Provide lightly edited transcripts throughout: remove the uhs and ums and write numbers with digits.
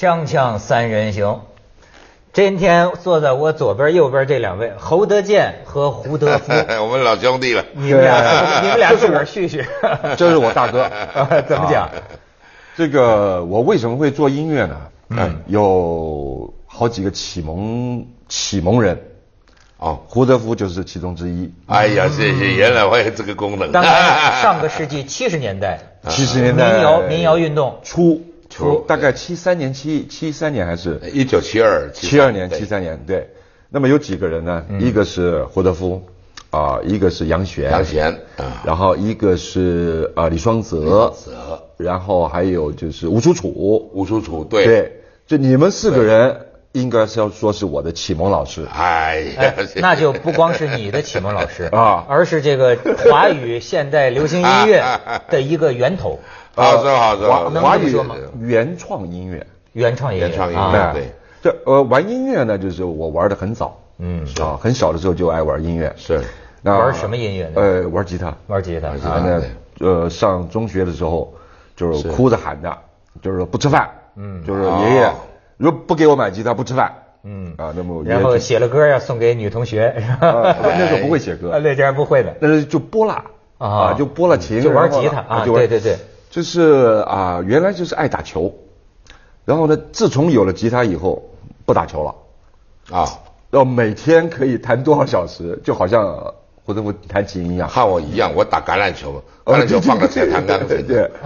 锵锵三人行，今天坐在我左边右边这两位侯德健和胡德夫， 我们老兄弟了。 你们俩自个儿叙叙。 这是我大哥。 怎么讲？ 这个我为什么会做音乐呢？有好几个启蒙人。哦，胡德夫就是其中之一。 哎呀，谢谢，原来我有这个功能。 当然，上个世纪70年代 ，70年代民谣运动初，大概73年还是 1972 年73年，对。那么有几个人呢？一个是胡德夫，一个是杨弦，然后一个是李双泽，然后还有就是吴楚楚，对，就你们4个人。应该是要说是我的启蒙老师。 哎呀， 那就不光是你的启蒙老师啊，而是这个华语现代流行音乐的一个源头。 好说， 华语原创音乐， 对。 这玩音乐呢，就是我玩的很早，很小的时候就爱玩音乐。 是， 玩什么音乐呢？ 玩吉他。上中学的时候，就是哭着喊的，就是不吃饭，就是爷爷。如果不给我买吉他，不吃饭。那么然后写了歌要送给女同学，是吧？ 那时候不会写歌， 那阵不会的。 但是就拨拉就拨了琴， 就玩吉他啊，对， 就是原来就是爱打球，然后呢，自从有了吉他以后，不打球了然后每天可以弹多少小时，就好像胡德夫弹琴一样， 和我一样，我打橄榄球，橄榄球放了才弹钢琴， 对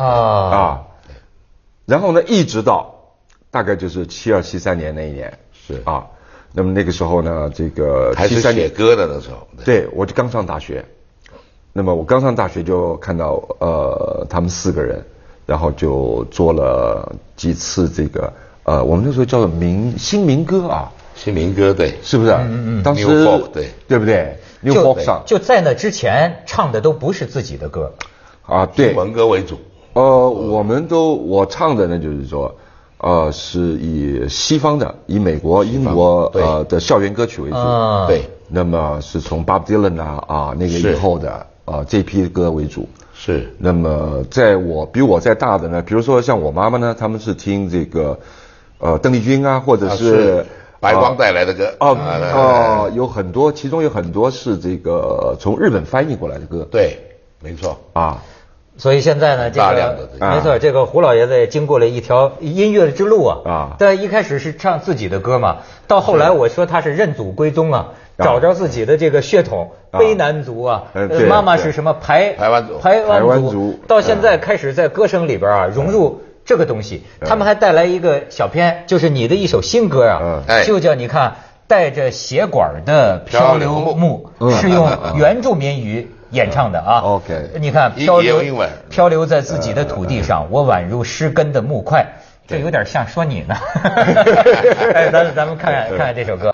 然后呢，一直到。大概就是72、73年那一年是那么那个时候呢，这个还是写歌的那时候， 对，我就刚上大学，那么我刚上大学就看到他们4个人，然后就做了几次这个我们那时候叫做新民歌新民歌对， 是不是？当时 New Folk 对不对 ？New Folk 上就在那之前唱的都不是自己的歌对， 文歌为主。 我唱的呢，就是说。是以西方的，以美国、英国的校园歌曲为主， 对。 那么是从 Bob Dylan 那个以后的这批歌为主， 是。 那么比我再大的呢，比如说像我妈妈呢，他们是听这个邓丽君或者是白光带来的歌有很多，其中有很多是这个从日本翻译过来的歌， 对，没错所以现在呢，这个没错，这个胡老爷子也经过了一条音乐之路但一开始是唱自己的歌嘛，到后来我说他是认祖归宗找着自己的这个血统，卑南族妈妈是什么排湾族，到现在开始在歌声里边融入这个东西。他们还带来一个小片，就是你的一首新歌就叫你看带着血管的漂流木，是用原住民语演唱的 OK， 你看漂流在自己的土地上，我宛如失根的木块，这有点像说你呢。咱们看看这首歌。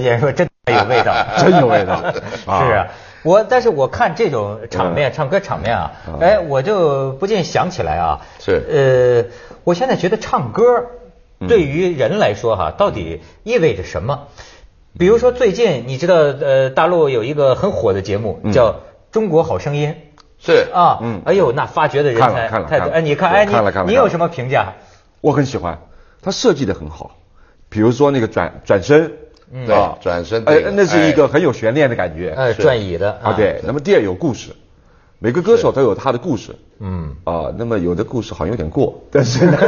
些人说真有味道， 真有味道。 是啊，但是我看这种场面，唱歌场面啊，我就不禁想起来啊，我现在觉得唱歌对于人来说哈，到底意味着什么？比如说最近你知道大陆有一个很火的节目叫《中国好声音》。 是啊，哎呦，那发掘的人才太多。哎，你看，你有什么评价？ 我很喜欢，他设计的很好。比如说那个转身， 对，转身， 那是一个很有悬念的感觉。 转椅的啊，对。那么第二有故事，每个歌手都有他的故事。那么有的故事好像有点过，但是呢，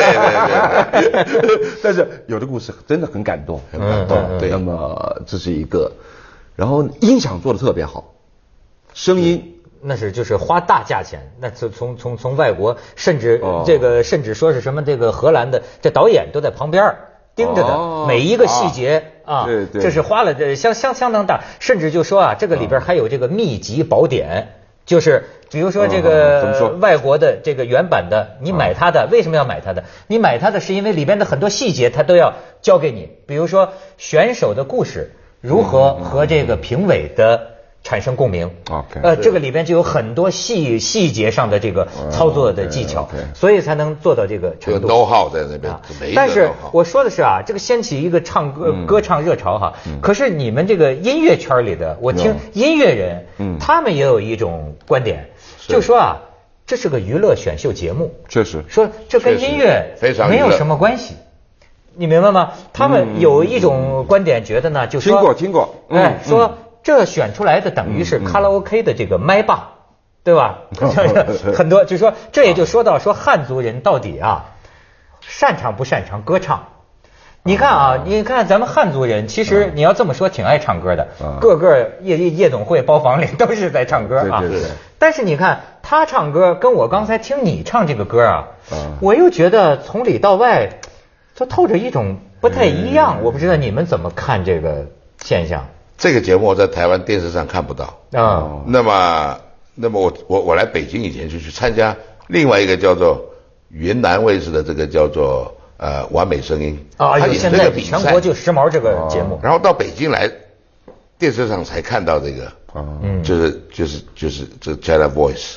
但是有的故事真的很感动，很感动。对，那么这是一个，然后音响做的特别好，声音。 那是就是花大价钱，那从外国，甚至甚至说是什么这个荷兰的这导演都在旁边盯着的，每一个细节对， 这是花了相当大，甚至就说啊，这个里边还有这个秘籍宝典，就是比如说这个外国的这个原版的，你买它的为什么要买它的？你买它的是因为里边的很多细节它都要教给你，比如说选手的故事如何和这个评委的产生共鸣。这个里边就有很多细节上的这个操作的技巧，所以才能做到这个程度。 有 know-how 在那边， 但是我说的是啊，这个掀起一个歌唱热潮哈。可是你们这个音乐圈里的，我听音乐人，他们也有一种观点，就说啊，这是个娱乐选秀节目， 确实说这跟音乐没有什么关系。你明白吗？他们有一种观点觉得呢，就说听过， 说。这选出来的等于是卡拉 OK 的这个麦霸，对吧？很多就说这也就说到说汉族人到底啊擅长不擅长歌唱？你看啊，你看咱们汉族人，其实你要这么说挺爱唱歌的，个个夜总会包房里都是在唱歌啊。但是你看他唱歌跟我刚才听你唱这个歌啊，我又觉得从里到外都透着一种不太一样。我不知道你们怎么看这个现象？ 这个节目我在台湾电视上看不到啊。那么我来北京以前就去参加另外一个叫做云南卫视的这个叫做完美声音啊，现在全国就时髦这个节目。 然后到北京来，电视上才看到这个，就是这 China Voice。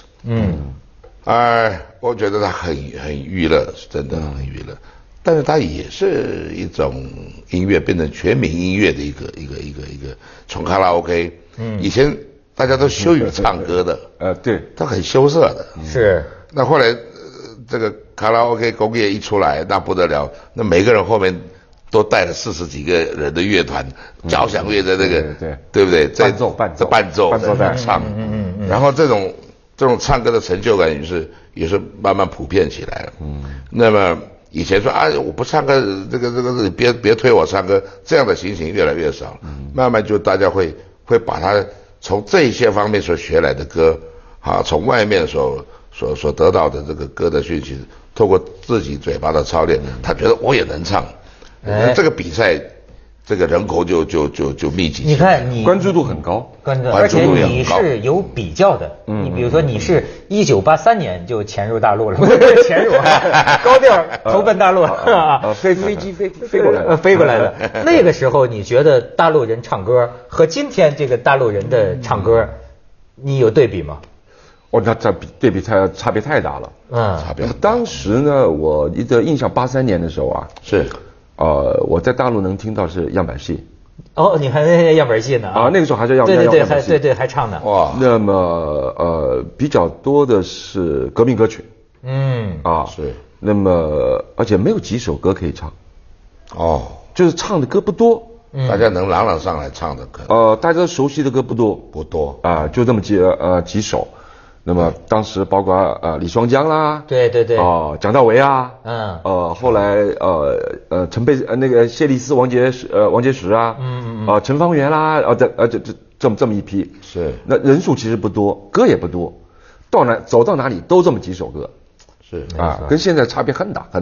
我觉得它很娱乐，是真的很娱乐。但是它也是一种音乐变成全民音乐的一个从卡拉 OK，以前大家都羞于唱歌的， 对， 它很羞涩的， 是。 那后来这个卡拉 OK 工业一出来，那不得了，那每个人后面都带了40几个人的乐团，交响乐在那个，对不对？伴奏在唱，然后这种唱歌的成就感也是慢慢普遍起来了，那么。以前说啊，我不唱歌，这个别推我唱歌，这样的情形越来越少，慢慢就大家会把他从这些方面所学来的歌，从外面所得到的这个歌的讯息，透过自己嘴巴的操练，他觉得我也能唱，这个比赛。这个人口就密集， 你看你关注度很高， 而且你是有比较的，你比如说你是1983年就潜入大陆了，不是潜入高调投奔大陆飞机飞过来的， 飞过来的。那个时候你觉得大陆人唱歌和今天这个大陆人的唱歌，你有对比吗？ 那这对比差别太大了，差别。当时呢，我的印象83年的时候啊， 是。 我在大陆能听到是样板戏。 你还那样板戏呢？ 那个时候还是样板戏。 对，还唱呢。 哇。那么比较多的是革命歌曲。 是。 那么而且没有几首歌可以唱。就是唱的歌不多。 大家能朗朗上来唱的歌。 大家熟悉的歌不多啊，就这么几首。那么当时包括李双江啦， 对， 蒋大为啊，后来陈佩那个谢丽斯、王杰石啊，陈方圆啦，这么一批， 是。 那人数其实不多，歌也不多，走到哪里都这么几首歌， 是跟现在差别很大。 3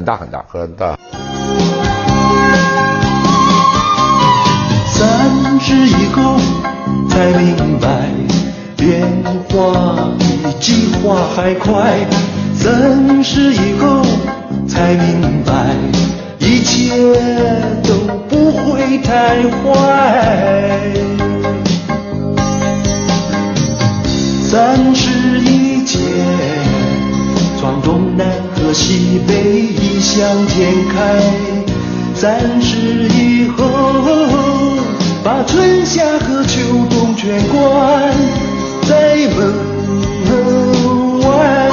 日以后才明白，变化比计划还快，3日以后才明白， 一切都不会太坏。31节，闯东南和西北，异想天开。30以后，把春夏和秋冬全关在门外。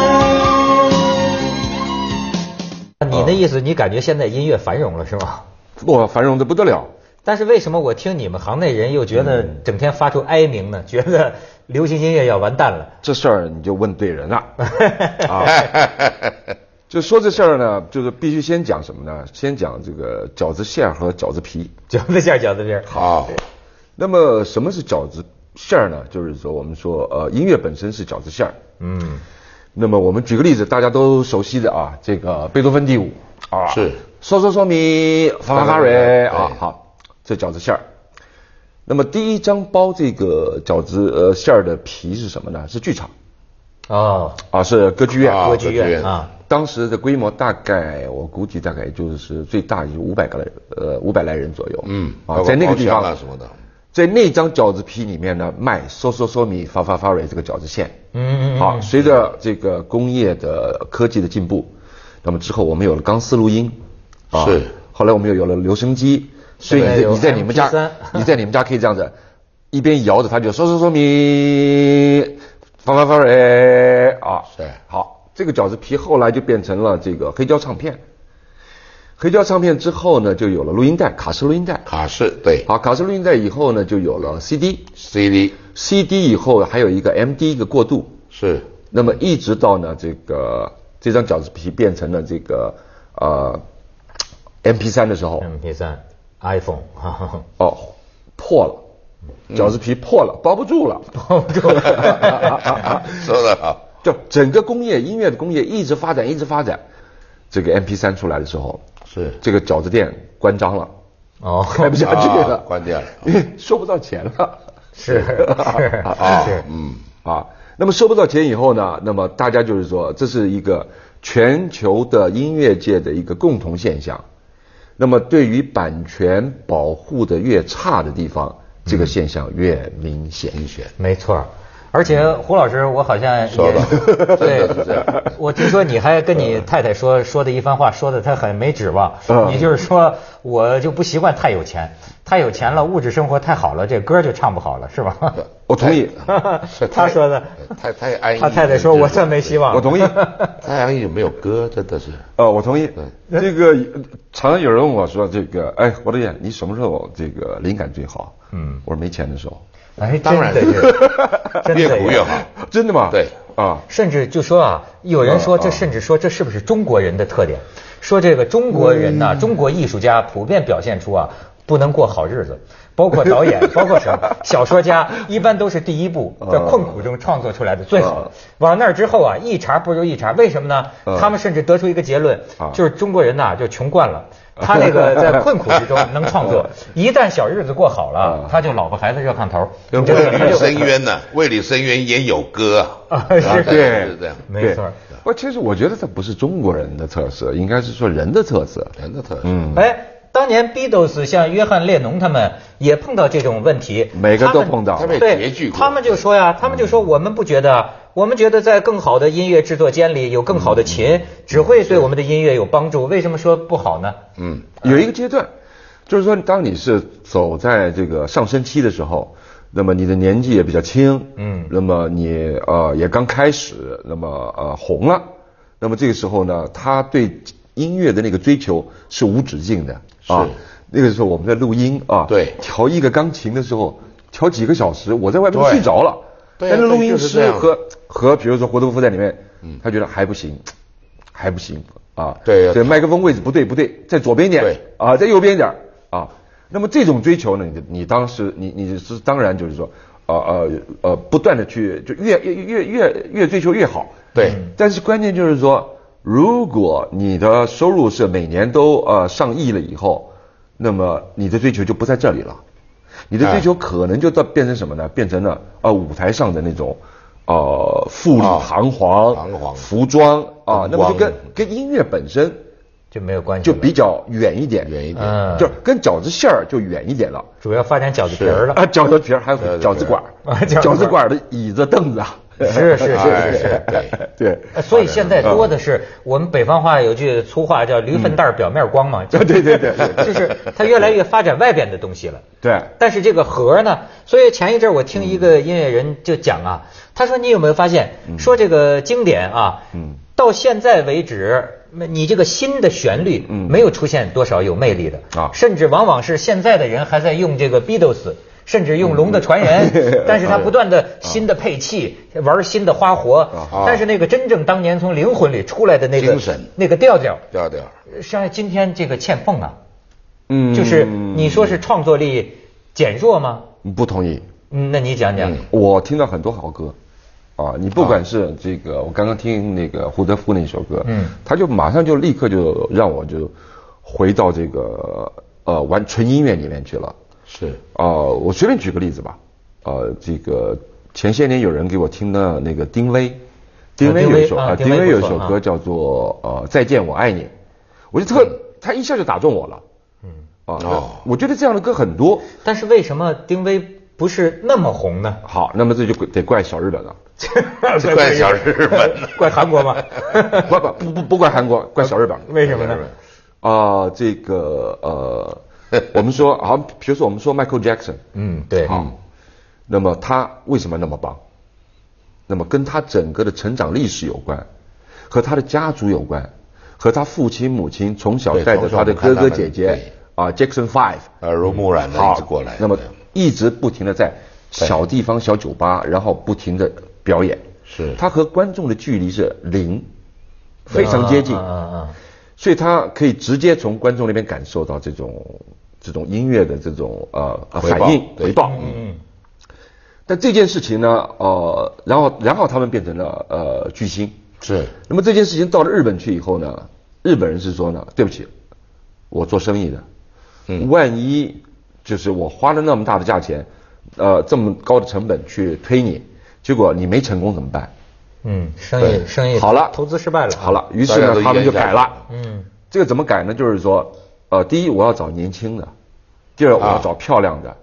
你的意思，你感觉现在音乐繁荣了是吗？ 哇，繁荣的不得了。 但是为什么我听你们行内人又觉得整天发出哀鸣呢？觉得流行音乐要完蛋了？ 这事儿你就问对人了啊！就说这事儿呢，就是必须先讲什么呢？先讲这个饺子馅儿和饺子皮。 饺子馅儿，饺子皮。 好。那么什么是饺子馅儿呢？就是说我们说音乐本身是饺子馅儿。那么我们举个例子，大家都熟悉的啊，这个贝多芬第5啊， 是嗦嗦嗦咪发发发瑞啊，好，这饺子馅儿。那么第一张包这个饺子馅儿的皮是什么呢？是剧场。是歌剧院。 歌剧院啊。 当时的规模大概我估计大概就是最大就500来人左右。在那个地方什么的。 在那张饺子皮里面呢，卖嗦嗦嗦米发发发瑞这个饺子馅。好，随着这个工业的科技的进步，那么之后我们有了钢丝录音， 是。 后来我们又有了留声机，所以你在你们家可以这样子，一边摇着它就嗦嗦嗦米发发发瑞啊。 是。 好，这个饺子皮后来就变成了这个黑胶唱片。黑胶唱片之后呢，就有了录音带，卡式录音带。 对。 好，卡式录音带以后呢，就有了 CD 以后还有一个 MD 一个过渡。 是。 那么一直到呢这张饺子皮变成了这个MP3 的时候。 MP3 iPhone 破了，饺子皮破了，包不住了。 说得好。 就整个音乐的工业一直发展。这个 MP3 出来的时候， 是这个饺子店关张了，开不下去了， 关掉了， 因为收不到钱了。 是。 那么收不到钱以后呢，那么大家就是说，这是一个全球的音乐界的一个共同现象。那么对于版权保护的越差的地方，这个现象越明显。 没错。而且胡老师，我好像也对， 我听说你还跟你太太说的一番话，说的她很没指望。你就是说我就不习惯太有钱，太有钱了，物质生活太好了，这歌就唱不好了，是吧？ 我同意。 他说的太安逸。 他太太说我算没希望。 我同意。 太安逸没有歌，真的是。 我同意。这个常常有人问我说这个，胡导演，你什么时候这个灵感最好？我说没钱的时候。 当然越苦越好。 真的吗？ 对甚至就说有人说甚至说这是不是中国人的特点？说这个中国人呐，中国艺术家普遍表现出不能过好日子，包括导演，包括什么小说家，一般都是第一部在困苦中创作出来的最好。往那之后一茬不如一茬，为什么呢？他们甚至得出一个结论，就是中国人就穷惯了。他那个在困苦之中能创作，一旦小日子过好了，他就老婆孩子热炕头。 为李深渊呢？为李深渊也有歌是这样， 没错。 其实我觉得这不是中国人的特色，应该是说人的特色。 当年 Beatles 像约翰列侬他们也碰到这种问题， 每个都碰到。 对，他们就说我们不觉得，我们觉得在更好的音乐制作间里有更好的琴，只会对我们的音乐有帮助。为什么说不好呢？ 有一个阶段，就是说当你是走在这个上升期的时候，那么你的年纪也比较轻，那么你也刚开始，那么红了，那么这个时候呢，他对音乐的那个追求是无止境的。那个时候我们在录音对， 调一个钢琴的时候，调几个小时，我在外面睡着了。但是录音师和比如说胡德夫在里面，他觉得还不行对， 这麦克风位置不对，在左边一点，在右边一点那么这种追求呢，你当时你是当然就是说不断的去就越追求越好。 对， 但是关键就是说，如果你的收入是每年都上亿了以后，那么你的追求就不在这里了，你的追求可能就变成什么呢？变成了舞台上的那种富丽堂皇服装那么就跟音乐本身就没有关系， 就比较远一点，就是跟饺子馅儿就远一点了。 主要发展饺子皮儿了啊，饺子皮儿还有饺子馆，饺子馆的椅子凳子啊。 是， 对。 所以现在多的是我们北方话有句粗话叫驴粪蛋表面光嘛， 对， 就是它越来越发展外边的东西了。 对。 但是这个盒呢，所以前一阵我听一个音乐人就讲啊，他说你有没有发现，说这个经典啊，到现在为止，你这个新的旋律没有出现多少有魅力的啊，甚至往往是现在的人还在用这个 Beatles。甚至用龙的传人，但是他不断的新的配器，玩新的花活，但是那个真正当年从灵魂里出来的那个精神， 那个调调， 像今天这个欠奉啊，就是你说是创作力减弱吗？ 不同意。 那你讲讲。 我听到很多好歌，啊，你不管是这个，我刚刚听那个胡德夫那首歌，他就马上就立刻就让我就回到这个玩纯音乐里面去了。 是我随便举个例子吧，这个前些年有人给我听的那个丁薇有一首歌叫做再见我爱你，我就他一下就打中我了，我觉得这样的歌很多， 但是为什么丁薇不是那么红呢？ 好，那么这就得怪小日本了， 怪小日本， 怪韩国吗？ 不怪韩国，怪小日本。 为什么呢？ 这个我们说好，比如说我们说 Michael Jackson， 对， 那么他为什么那么棒？那么跟他整个的成长历史有关，和他的家族有关，和他父亲母亲从小带着他的哥哥姐姐Jackson 5 耳濡目染的一直过来， 那么一直不停的在小地方小酒吧，然后不停的表演， 是他和观众的距离是0，非常接近，所以他可以直接从观众那边感受到这种音乐的这种反应回报。但这件事情呢，然后他们变成了巨星。 是。 那么这件事情到了日本去以后呢，日本人是说呢，对不起，我做生意的，万一就是我花了那么大的价钱，这么高的成本去推你，结果你没成功怎么办？ 生意好了， 投资失败了。 好了，于是呢，他们就改了。这个怎么改呢？就是说，第一我要找年轻的，第二我要找漂亮的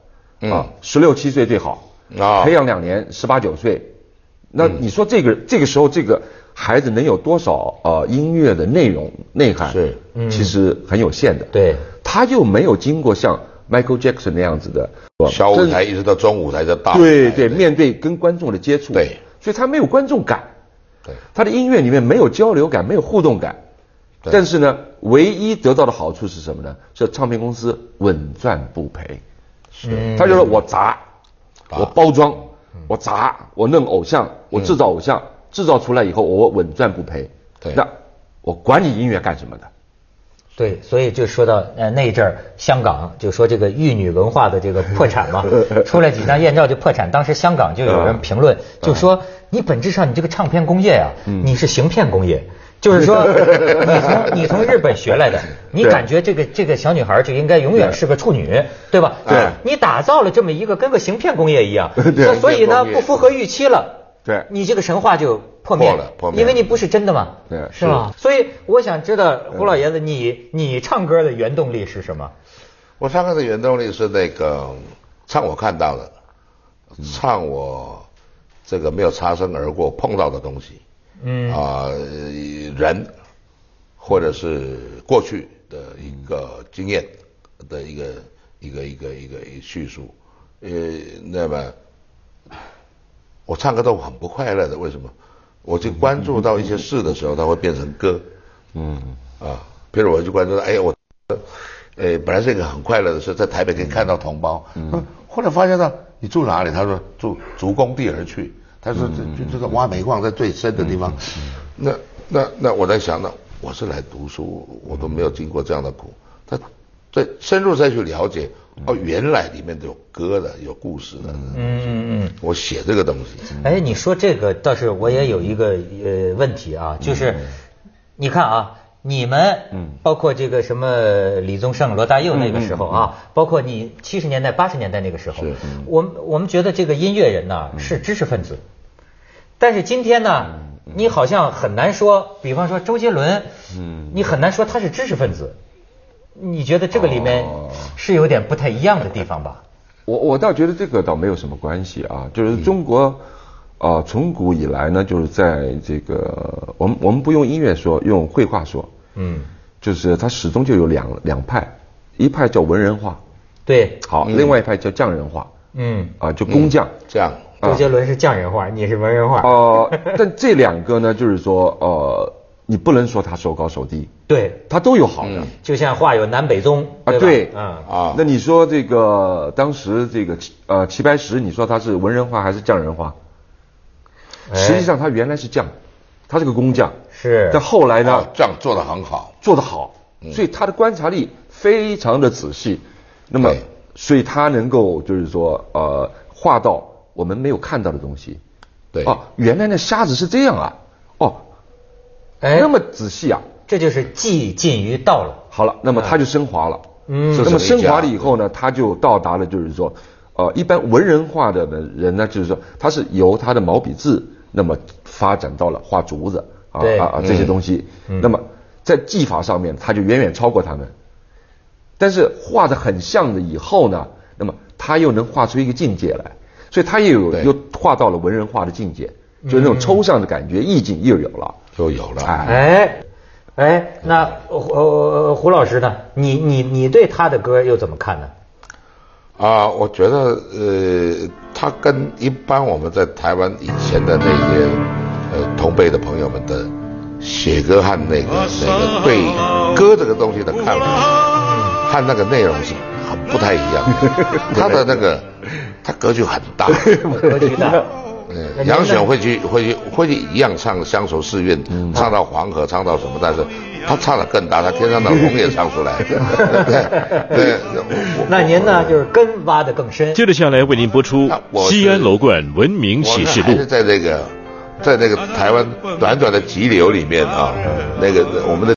，16、17岁最好，培养2年，18、19岁。那你说这个时候这个孩子能有多少音乐的内容内涵？ 是， 其实很有限的。 对， 他又没有经过像 Michael Jackson 那样子的小舞台一直到中舞台到大舞台，对，面对跟观众的接触， 对， 所以他没有观众感。 对， 他的音乐里面没有交流感，没有互动感。但是呢，唯一得到的好处是什么呢？是唱片公司稳赚不赔。 是， 他就说我砸，我包装，我砸，我弄偶像，我制造偶像，制造出来以后我稳赚不赔。 对， 那我管你音乐干什么的？ 对，所以就说到那一阵儿，香港就说这个玉女文化的这个破产嘛，出来几张艳照就破产。当时香港就有人评论，就说你本质上你这个唱片工业啊，你是行骗工业。就是说，你从日本学来的，你感觉这个小女孩就应该永远是个处女，对吧？ 对， 你打造了这么一个跟个行骗工业一样，那所以呢不符合预期了， 对， 你这个神话就破灭了，因为你不是真的嘛， 对， 是吧？所以我想知道胡老爷子，你唱歌的原动力是什么？ 我唱歌的原动力是那个唱我看到的，唱我这个没有擦身而过碰到的东西。人或者是过去的一个经验的一个叙述，那么我唱歌都很不快乐的，为什么？我就关注到一些事的时候，它会变成歌，比如我就关注到，我本来是一个很快乐的事，在台北可以看到同胞，后来发现到你住哪里？他说住逐工地而去。他说这个挖煤矿在最深的地方，那我在想呢，我是来读书，我都没有经过这样的苦，他再深入再去了解，原来里面都有歌的，有故事的，我写这个东西。 你说这个倒是我也有一个问题啊，就是你看啊。你们包括这个什么李宗盛、罗大佑那个时候啊，包括你70年代、80年代那个时候，我们觉得这个音乐人呢是知识分子，但是今天呢， 你好像很难说，比方说周杰伦，你很难说他是知识分子。你觉得这个里面是有点不太一样的地方吧？ 我倒觉得这个倒没有什么关系啊，就是中国从古以来呢，就是在这个我们不用音乐说，用绘画说，就是它始终就有两派，一派叫文人画， 对， 好，另外一派叫匠人画，就工匠这样。 周杰伦是匠人画，你是文人画。 但这两个呢，就是说你不能说他手高手低， 对， 他都有好的， 就像画有南北宗啊，对，那你说这个当时这个齐白石，你说他是文人画还是匠人画？实际上他原来是匠，他是个工匠， 是， 但后来呢， 匠做得很好， 做得好，所以他的观察力非常的仔细，那么所以他能够就是说画到我们没有看到的东西， 对， 原来那瞎子是这样啊，那么仔细啊， 这就是技近于道了。 好了，那么他就升华了，那么升华了以后呢，他就到达了就是说，一般文人画的人呢，就是说他是由他的毛笔字，那么发展到了画竹子这些东西，那么在技法上面他就远远超过他们，但是画得很像的以后呢，那么他又能画出一个境界来。所以他又画到了文人画的境界，就是那种抽象的感觉、意境又有了。 那胡老师呢？你对他的歌又怎么看呢？ 我觉得他跟一般我们在台湾以前的那些同辈的朋友们的写歌和那个对歌这个东西的看法和那个内容是很不太一样的。他的那个他格局很大， 格局大。 杨选会去一样唱《乡愁寺院》，唱到黄河，唱到什么，但是他唱得更大，他天上的龙也唱出来。对。 那您呢，就是根挖得更深。 接着下来为您播出《西安楼冠文明启示录》。 还是在那个台湾短短的急流里面那个我们的。